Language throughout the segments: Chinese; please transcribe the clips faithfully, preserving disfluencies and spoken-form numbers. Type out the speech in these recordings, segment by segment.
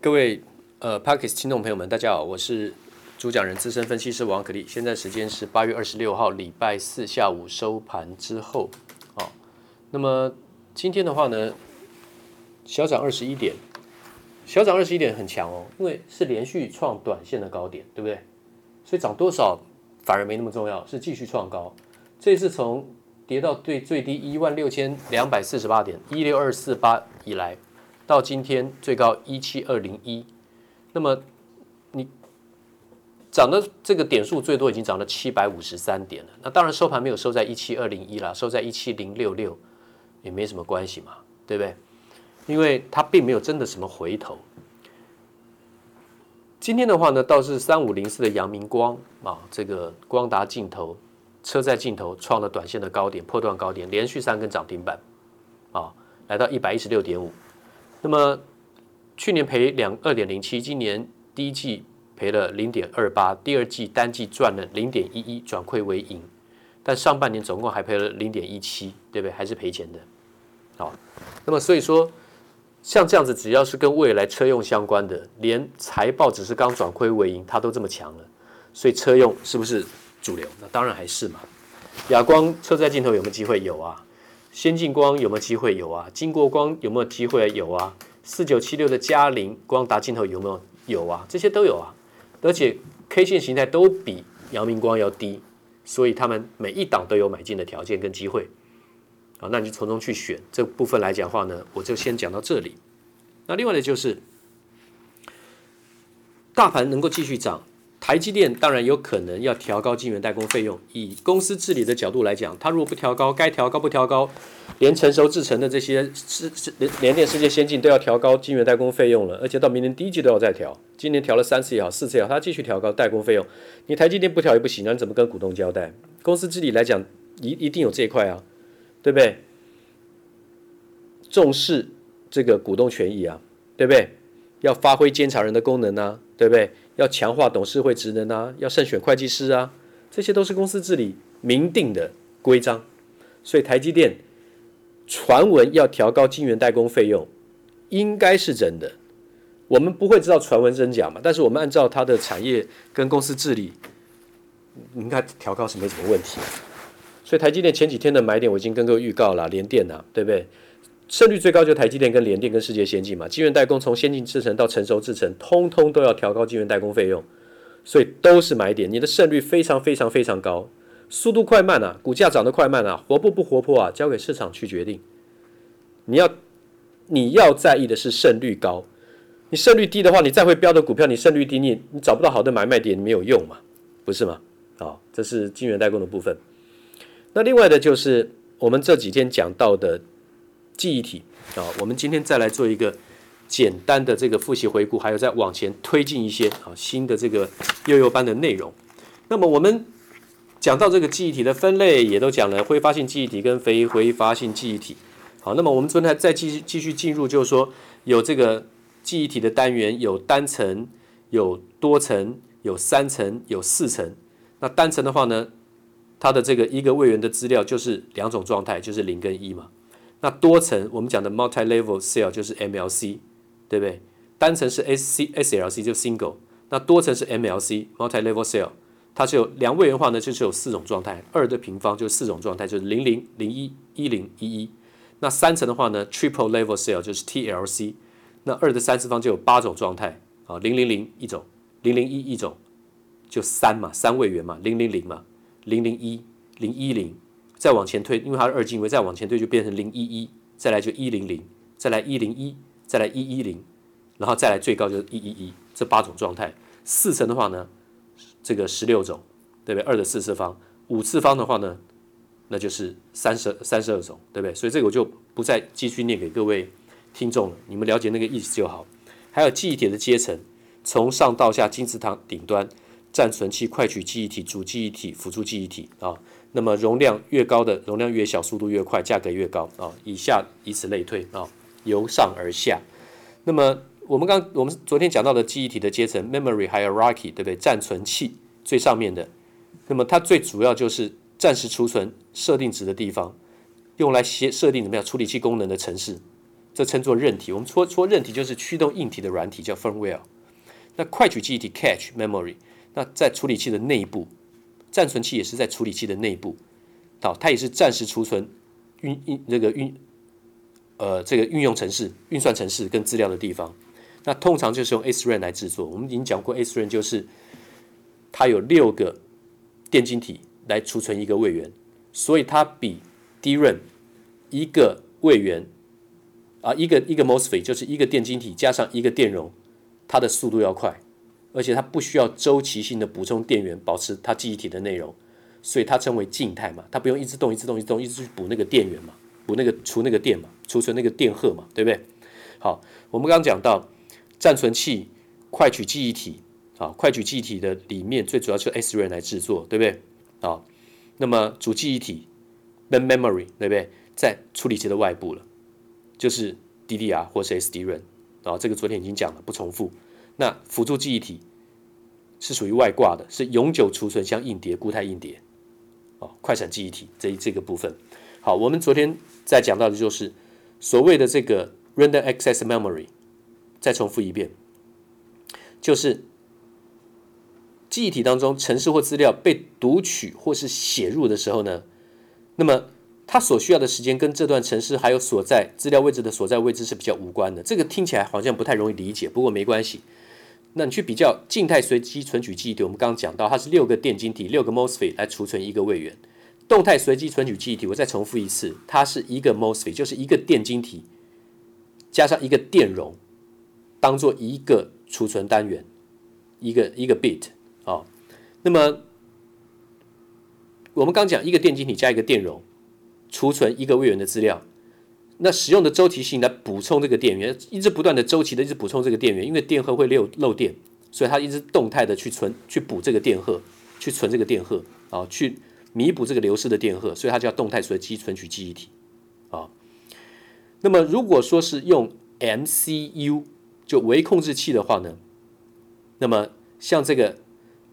各位呃 Podcast 听众朋友们，大家好，我是主讲人资深分析师王可立。现在时间是八月二十六号礼拜四下午收盘之后，哦，那么今天的话呢，小涨二十一点，小涨二十一点很强哦，因为是连续创短线的高点，对不对？所以涨多少反而没那么重要，是继续创高。这次从跌到最最低一万六千两百四十八点，一六二四八以来。到今天最高一七二零一，那么你涨的这个点数最多已经涨了七百五十三点了。那当然收盘没有收在一七二零一啦，收在一七零六六也没什么关系嘛，对不对？因为它并没有真的什么回头。今天的话呢，倒是三五零四的阳明光啊，这个光达镜头、车载镜头创了短线的高点，破断高点，连续三根涨停板啊，来到一百一十六点五。那么去年赔两二点零七，今年第一季赔了零点二八，第二季单季赚了零点一一，转亏为盈，但上半年总共还赔了零点一七，对不对？还是赔钱的。好，那么所以说，像这样子，只要是跟未来车用相关的，连财报只是刚转亏为盈，它都这么强了，所以车用是不是主流？那当然还是嘛。亚光车载镜头有没有机会？有啊。先进光有没有机会？有啊。经国光有没有机会？有啊。四九七六的嘉陵光达镜头有没有？有啊，这些都有啊。而且 K 线形态都比阳明光要低，所以他们每一档都有买进的条件跟机会。好，那你就从中去选。这部分来讲的话呢，我就先讲到这里。那另外的就是大盘能够继续涨。台积电当然有可能要调高晶圆代工费用，以公司治理的角度来讲，它如果不调高，该调高不调高，连成熟制程的这些联电、世界先进都要调高晶圆代工费用了，而且到明年第一季都要再调，今年调了三次也好，四次也好，它继续调高代工费用，你台积电不调也不行，那你怎么跟股东交代？公司治理来讲，一一定有这一块啊，对不对？重视这个股东权益啊，对不对？要发挥监察人的功能啊，对不对？要强化董事会职能啊，要慎选会计师啊，这些都是公司治理明定的规章。所以台积电传闻要调高晶圆代工费用，应该是真的。我们不会知道传闻真假嘛，但是我们按照它的产业跟公司治理，应该调高是没什么问题。所以台积电前几天的买点我已经跟各位预告了，联电啊，对不对？胜率最高就台积电跟联电跟世界先进嘛，晶圆代工从先进制程到成熟制程，通通都要调高晶圆代工费用，所以都是买点，你的胜率非常非常非常高，速度快慢啊，股价涨得快慢啊，活泼不活泼啊，交给市场去决定。你要你要在意的是胜率高，你胜率低的话，你再会标的股票，你胜率低，你你找不到好的买卖点，没有用嘛，不是吗？好，这是晶圆代工的部分。那另外的就是我们这几天讲到的记忆体啊，我们今天再来做一个简单的这个复习回顾，还有再往前推进一些啊新的这个幼幼班的内容。那么我们讲到这个记忆体的分类，也都讲了挥发性记忆体跟非挥发性记忆体。好，那么我们昨天再继续继续进入，就是说有这个记忆体的单元，有单层、有多层、有三层、有四层。那单层的话呢，它的这个一个位元的资料就是两种状态，就是零跟一嘛。那多层我们讲的 multi-level cell 就是 M L C， 对不对？单层是 S L C 就 single， 那多层是 M L C multi-level cell， 它是有两位元化呢，就是有四种状态，二的平方就是四种状态，就是零零、零一、一零、一一。那三层的话呢 ，triple level cell 就是 T L C， 那二的三次方就有八种状态啊，零零零一种，零零一一种，就三嘛，三位元嘛，零零零嘛，零零一、零一零。再往前推，因为它是二进位，再往前推就变成零一一，再来就一零零，再来一零一，再来一一零，然后再来最高就是一一一，这八种状态。四层的话呢，这个十六种，对不对？二的四次方，五次方的话呢，那就是三十三十二种，对不对？所以这个我就不再继续念给各位听众了，你们了解那个意思就好。还有记忆体的阶层，从上到下金字塔顶端，暂存器、快取记忆体、主记忆体、辅助记忆体啊。那么容量越高的，容量越小，速度越快，价格越高啊。以下以此类推啊，由上而下。那么我们刚我们昨天讲到的记忆体的阶层 ，memory hierarchy， 对不对？暂存器最上面的，那么它最主要就是暂时储存设定值的地方，用来设定怎么样处理器功能的程式。 这称作韧体。我们说说韧体就是驱动硬体的软体，叫 firmware。那快取记忆体 cache memory， 那在处理器的内部，暂存器也是在处理器的内部，好，它也是暂时储存运运这个运呃这个运用程式、运算程式跟资料的地方。那通常就是用 S R A M 来制作。我们已经讲过 S R A M 就是它有六个电晶体来储存一个位元，所以它比 D R A M 一个位元啊一个一个 MOSFET 就是一个电晶体加上一个电容，它的速度要快，而且它不需要周期性的补充电源保持它记忆体的内容，所以它称为静态嘛，它不用一直动一直动一直动一直去补那个电源嘛，补那个储那个电嘛，储存那个电荷嘛，对不对？好，我们刚刚讲到暂存器、快取记忆体，好，快取记忆体的里面最主要就是 S R A M 来制作，对不对？好，那么主记忆体 main memory 对不对？在处理器的外部了，就是 D D R 或是 S D R A M， 啊，这个昨天已经讲了，不重复。那辅助记忆体是属于外挂的，是永久储存，像硬碟、固态硬碟，哦，快闪记忆体这这个部分。好，我们昨天在讲到的就是所谓的这个 Random Access Memory。再重复一遍，就是记忆体当中程式或资料被读取或是写入的时候呢，那么它所需要的时间跟这段程式还有所在资料位置的所在位置是比较无关的。这个听起来好像不太容易理解，不过没关系。那你去比较静态随机存取记忆体，我们刚刚讲到它是六个电晶体、六个 MOSFET 来储存一个位元。动态随机存取记忆体，我再重复一次，它是一个 MOSFET， 就是一个电晶体加上一个电容。当做一个储存单元，一个一个 bit 啊、哦，那么我们刚讲一个电晶体加一个电容，储存一个位元的资料，那使用的周期性来补充这个电源，一直不断的周期的一直补充这个电源，因为电荷会漏漏电，所以它一直动态的去存去补这个电荷，去存这个电荷啊、哦，去弥补这个流失的电荷，所以它叫动态随机存取记忆体啊、哦。那么如果说是用 M C U就微控制器的话呢，那么像这个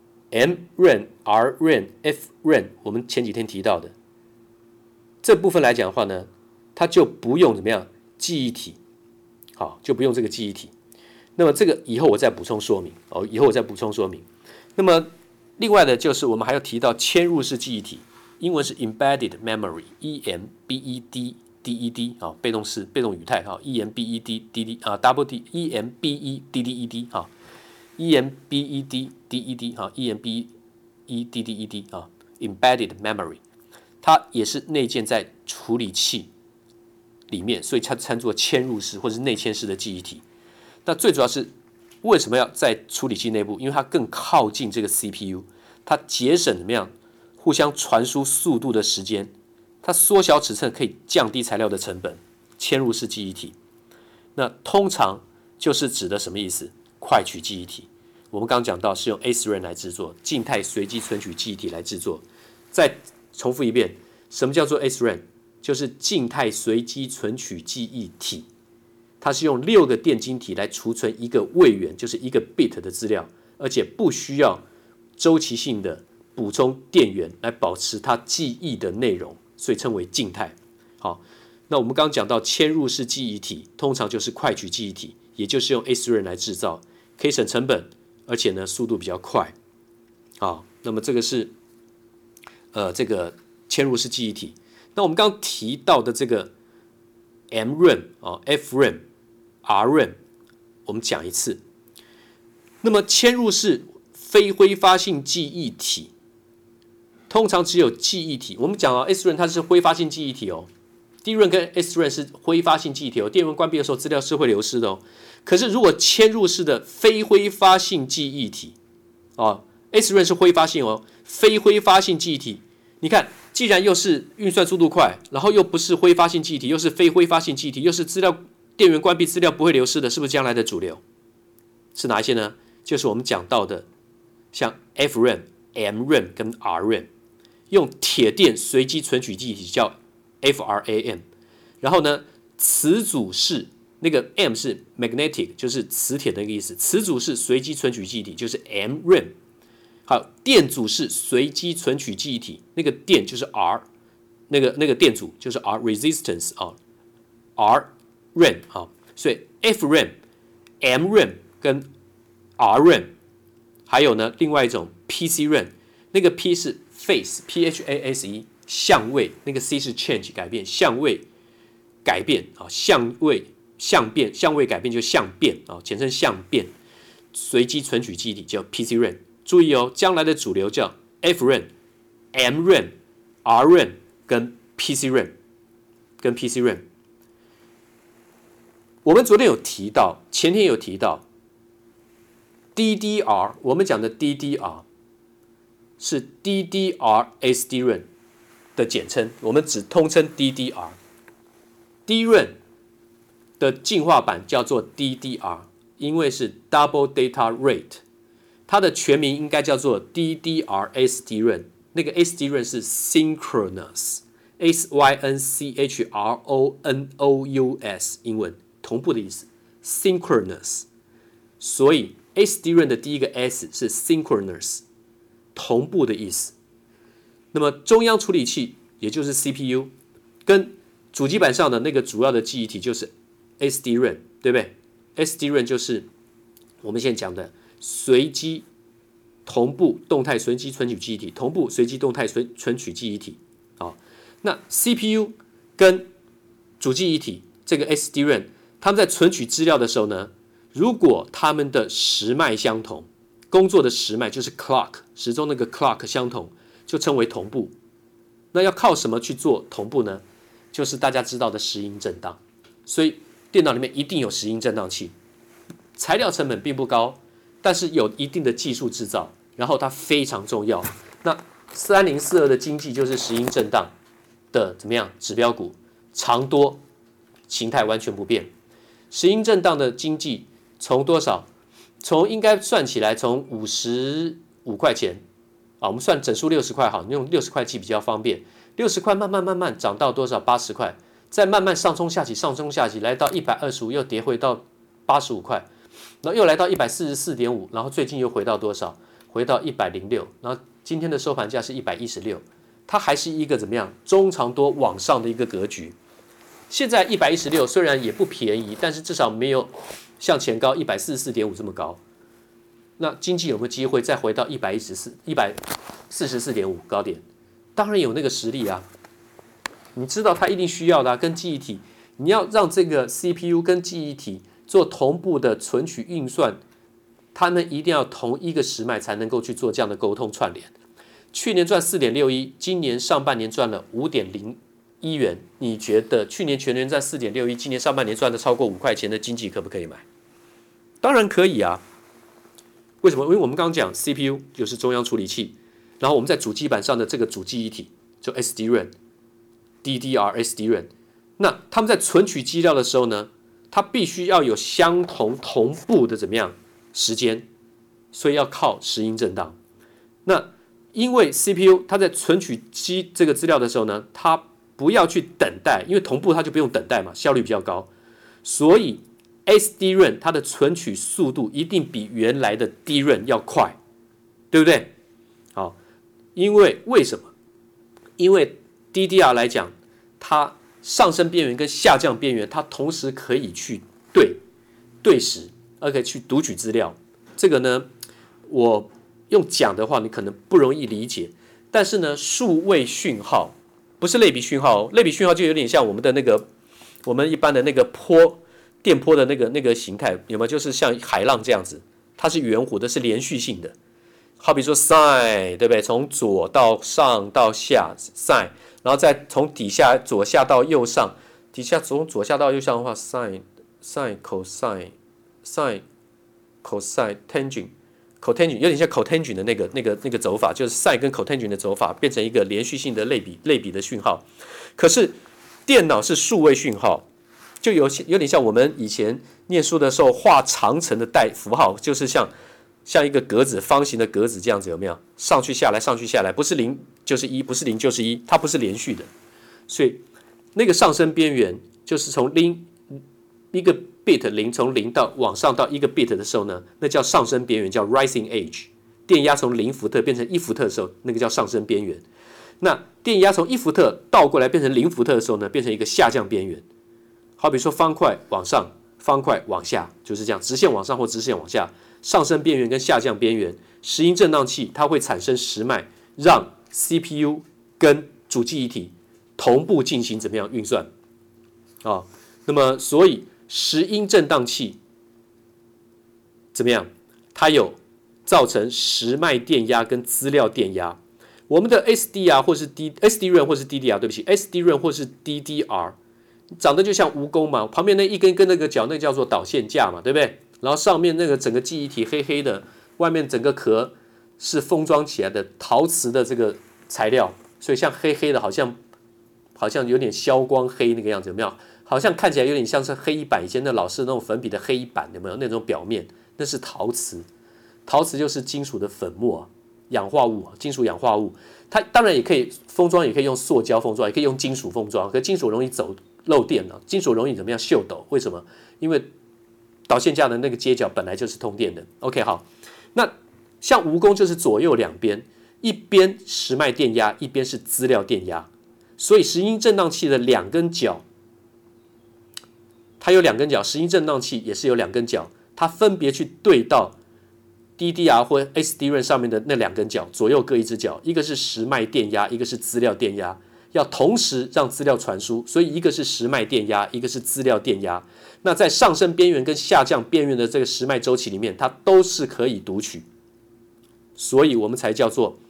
M R A M、R R A M、F R A M， 我们前几天提到的这部分来讲的话呢，它就不用怎么样记忆体，好，就不用这个记忆体。那么这个以后我再补充说明哦，以后我再补充说明。那么另外的就是我们还要提到嵌入式记忆体，英文是 Embedded Memory，E M B E D。D E D 啊，被动式被动语态哈 ，E M B E D D D 啊 ，double D E M B E D D E D 哈 ，E M B E D D E D 哈 ，E M B E D D E D 啊 ，embedded memory， 它也是内建在处理器里面，所以它称作嵌入式或是内嵌式的记忆体。那最主要是为什么要在处理器内部？因为它更靠近这个 C P U， 它节省怎么样互相传输速度的时间。它缩小尺寸可以降低材料的成本，嵌入式记忆体。那通常就是指的什么意思？快取记忆体。我们刚刚讲到是用 S R A M 来制作，静态随机存取记忆体来制作。再重复一遍，什么叫做 S R A M？ 就是静态随机存取记忆体。它是用六个电晶体来储存一个位元，就是一个 bit 的资料，而且不需要周期性的补充电源来保持它记忆的内容。所以称为静态。好，那我们刚刚讲到嵌入式记忆体，通常就是快取记忆体，也就是用 S R A M 来制造，可以省成本，而且呢速度比较快。好，那么这个是呃这个嵌入式记忆体。那我们刚刚提到的这个 M R A M 啊、F R A M、R R A M， 我们讲一次。那么嵌入式非挥发性记忆体。通常只有记忆体，我们讲啊 ，S R A M 它是挥发性记忆体哦 ，D R A M 跟 S R A M 是挥发性记忆体哦，电源关闭的时候资料是会流失的哦。可是如果嵌入式的非挥发性记忆体，哦 ，S R A M 是挥发性哦，非挥发性记忆体，你看，既然又是运算速度快，然后又不是挥发性记忆体，又是非挥发性记忆体，又是资料电源关闭资料不会流失的，是不是将来的主流？是哪一些呢？就是我们讲到的，像 F R A M、M R A M 跟 R R A M。用铁电随机存取记忆体叫 F R A M， 然后呢，磁阻式那个 M 是 magnetic， 就是磁铁的那个意思，磁阻式随机存取记忆体就是 M R A M， 还有电阻式随机存取记忆体，那个电就是 R， 那个那个电阻就是 R resistance 啊 ，R RAM 好，所以 F RAM、M RAM 跟 R RAM， 还有呢另外一种 P C RAM， 那个 P 是 Phase，P H A S E 相位，那个 C 是 Change 改变，相位改变啊，相位相变，相位改变就相变啊，简称相变。随机存取记忆体叫 P C RAM， 注意哦，将来的主流叫 F RAM、M RAM、R RAM 跟 P C RAM， 跟 P C RAM。我们昨天有提到，前天有提到 D D R， 我们讲的 D D R 是 D D R S D RAM 的简称，我们只通称 D D R。D RAM 的进化版叫做 D D R， 因为是 Double Data Rate， 它的全名应该叫做 D D R S D RAM， 那个 S D RAM 是 Synchronous，S Y N C H R O N O U S， 英文同步的意思 ，Synchronous。所以 S D RAM 的第一个 S 是 Synchronous， 同步的意思。那么中央处理器也就是 C P U 跟主机板上的那个主要的记忆体就是 S D RAM， 对不对 ？S D RAM 就是我们现在讲的随机同步动态随机存取记忆体，同步随机动态存存取记忆体。好，那 C P U 跟主记忆体这个 S D RAM， 他们在存取资料的时候呢，如果他们的时脉相同，工作的时脉就是 clock， 时钟那个 clock 相同，就称为同步。那要靠什么去做同步呢？就是大家知道的时音震荡。所以电脑里面一定有时音震荡器，材料成本并不高，但是有一定的技术制造，然后它非常重要。那三零四二的经济就是时音震荡的怎么样指标股，长多形态完全不变。时音震荡的经济从多少？从应该算起来从五十五块钱啊，我们算整数六十块好，用六十块记比较方便。六十块慢慢慢慢涨到多少？八十块，再慢慢上冲下起，上冲下起，来到一百二十五，又跌回到八十五块，然后又来到一百四十四点五，然后最近又回到多少？回到一百零六，然后今天的收盘价是一百一十六，它还是一个怎么样中长多往上的一个格局。现在一百一十六虽然也不便宜，但是至少没有像前高一百四十四点五这么高。那经济有没有机会再回到一百一十四、一百四十四点五高点？当然有那个实力啊！你知道它一定需要的、啊，跟记忆体，你要让这个 C P U 跟记忆体做同步的存取运算，它们一定要同一个时脉才能够去做这样的沟通串联。去年赚 四点六一， 今年上半年赚了 五点零一元，你觉得去年全年赚 四点六一， 今年上半年赚的超过五块钱的经济可不可以买？当然可以啊！为什么？因为我们刚刚讲 C P U 就是中央处理器，然后我们在主机板上的这个主记忆体就 S D RAM、D D R S D RAM， 那他们在存取资料的时候呢，它必须要有相同同步的怎么样时间，所以要靠时音震荡。那因为 C P U 它在存取机这个资料的时候呢，它不要去等待，因为同步它就不用等待嘛，效率比较高，所以 S D RAM 它的存取速度一定比原来的 D RAM 要快，对不对？好，因为为什么？因为 D D R 来讲，它上升边缘跟下降边缘，它同时可以去对对时，而且去读取资料。这个呢，我用讲的话，你可能不容易理解。但是呢，数位讯号不是类比讯号哦，类比讯号就有点像我们的那个我们一般的那个波电波的那个那个形态，有没有？就是像海浪这样子，它是圆弧的，是连续性的。好比说 sine， 对不对？从左到上到下 sine， 然后再从底下左下到右上，底下从左下到右上的话 sine sine cosine sine cosine tangent cotangent 有点像 cotangent 的那个那个那个走法，就是 sine 跟 cotangent 的走法变成一个连续性的类比类比的讯号。可是电脑是数位讯号，就有有点像我们以前念书的时候画长程的带符号，就是像。像一个格子，方形的格子这样子，有没有？上去下来，上去下来，不是零就是一，不是零就是一，它不是连续的。所以那个上升边缘就是从零一个 bit 零从零到往上到一个 bit 的时候呢，那叫上升边缘，叫 rising edge。电压从零伏特变成一伏特的时候，那个叫上升边缘。那电压从一伏特倒过来变成零伏特的时候呢，变成一个下降边缘。 好比说方块往上，方块往下，就是这样，直线往上或直线往下，上升边缘跟下降边缘，石英振荡器它会产生时脉，让 C P U 跟主记忆体同步进行怎么样运算啊、哦？那么所以石英振荡器怎么样？它有造成时脉电压跟资料电压。我们的 S D R 或是 D SDRAM 或是 D D R， 对不起 ，SDRAM 或是 D D R， 长得就像蜈蚣嘛，旁边那一根跟那个角，那叫做导线架嘛，对不对？然后上面那个整个记忆体黑黑的，外面整个壳是封装起来的陶瓷的这个材料，所以像黑黑的，好像好像有点消光黑那个样子，有没有？好像看起来有点像是黑板，以前的老师那种粉笔的黑板，有没有那种表面？那是陶瓷，陶瓷就是金属的粉末、氧化物、金属氧化物。它当然也可以封装，也可以用塑胶封装，也可以用金属封装。可金属容易走漏电了，金属容易怎么样锈抖？为什么？因为导线架的那个接角本来就是通电的。OK， 好，那像蜈蚣就是左右两边，一边时脉电压，一边是资料电压，所以石英振荡器的两根角。它有两根角，石英振荡器也是有两根角，它分别去对到 D D R 或 S D RAM 上面的那两根角，左右各一只角，一个是时脉电压，一个是资料电压，要同时让资料传输，所以一个是时脉电压，一个是资料电压。那在上升边缘跟下降边缘的这个时脉周期里面，它都是可以读取，所以我们才叫做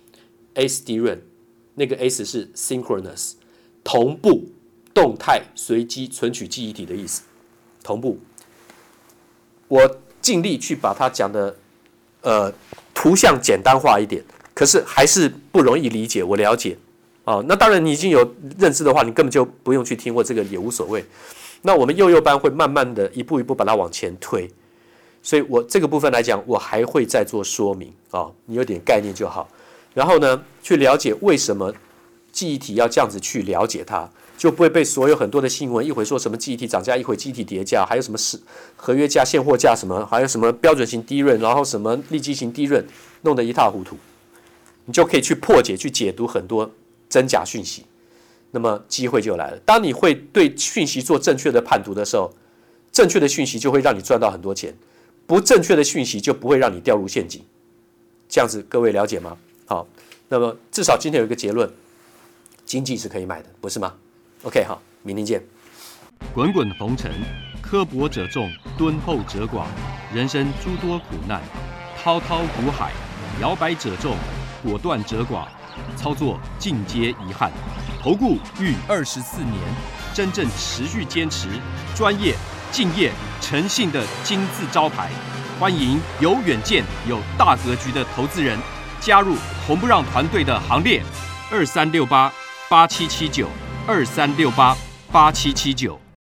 S D RAM， 那个 S 是 synchronous， 同步、动态、随机存取记忆体的意思。同步，我尽力去把它讲的，呃，图像简单化一点，可是还是不容易理解。我了解，哦，那当然你已经有认知的话，你根本就不用去听，我这个也无所谓。那我们幼幼班会慢慢的一步一步把它往前推，所以我这个部分来讲，我还会再做说明啊、哦，你有点概念就好。然后呢，去了解为什么记忆体要这样子去了解它。就不会被所有很多的新闻，一会说什么记忆体涨价，一会记忆体跌价，还有什么是合约价、现货价什么，还有什么标准型低润，然后什么利基型低润，弄得一塌糊涂。你就可以去破解、去解读很多真假讯息，那么机会就来了。当你会对讯息做正确的判读的时候，正确的讯息就会让你赚到很多钱，不正确的讯息就不会让你掉入陷阱。这样子各位了解吗？好，那么至少今天有一个结论，经济是可以买的，不是吗？OK， 好，明天见。 滚滚红尘，刻薄者众，敦厚者寡；人生诸多苦难，滔滔苦海，摇摆者众，果断者寡。操作尽皆遗憾。投顾逾二十四年，真正持续坚持、专业、敬业、诚信的金字招牌。欢迎有远见、有大格局的投资人加入红不让团队的行列。二三六八八七七九。二三六八八七七九。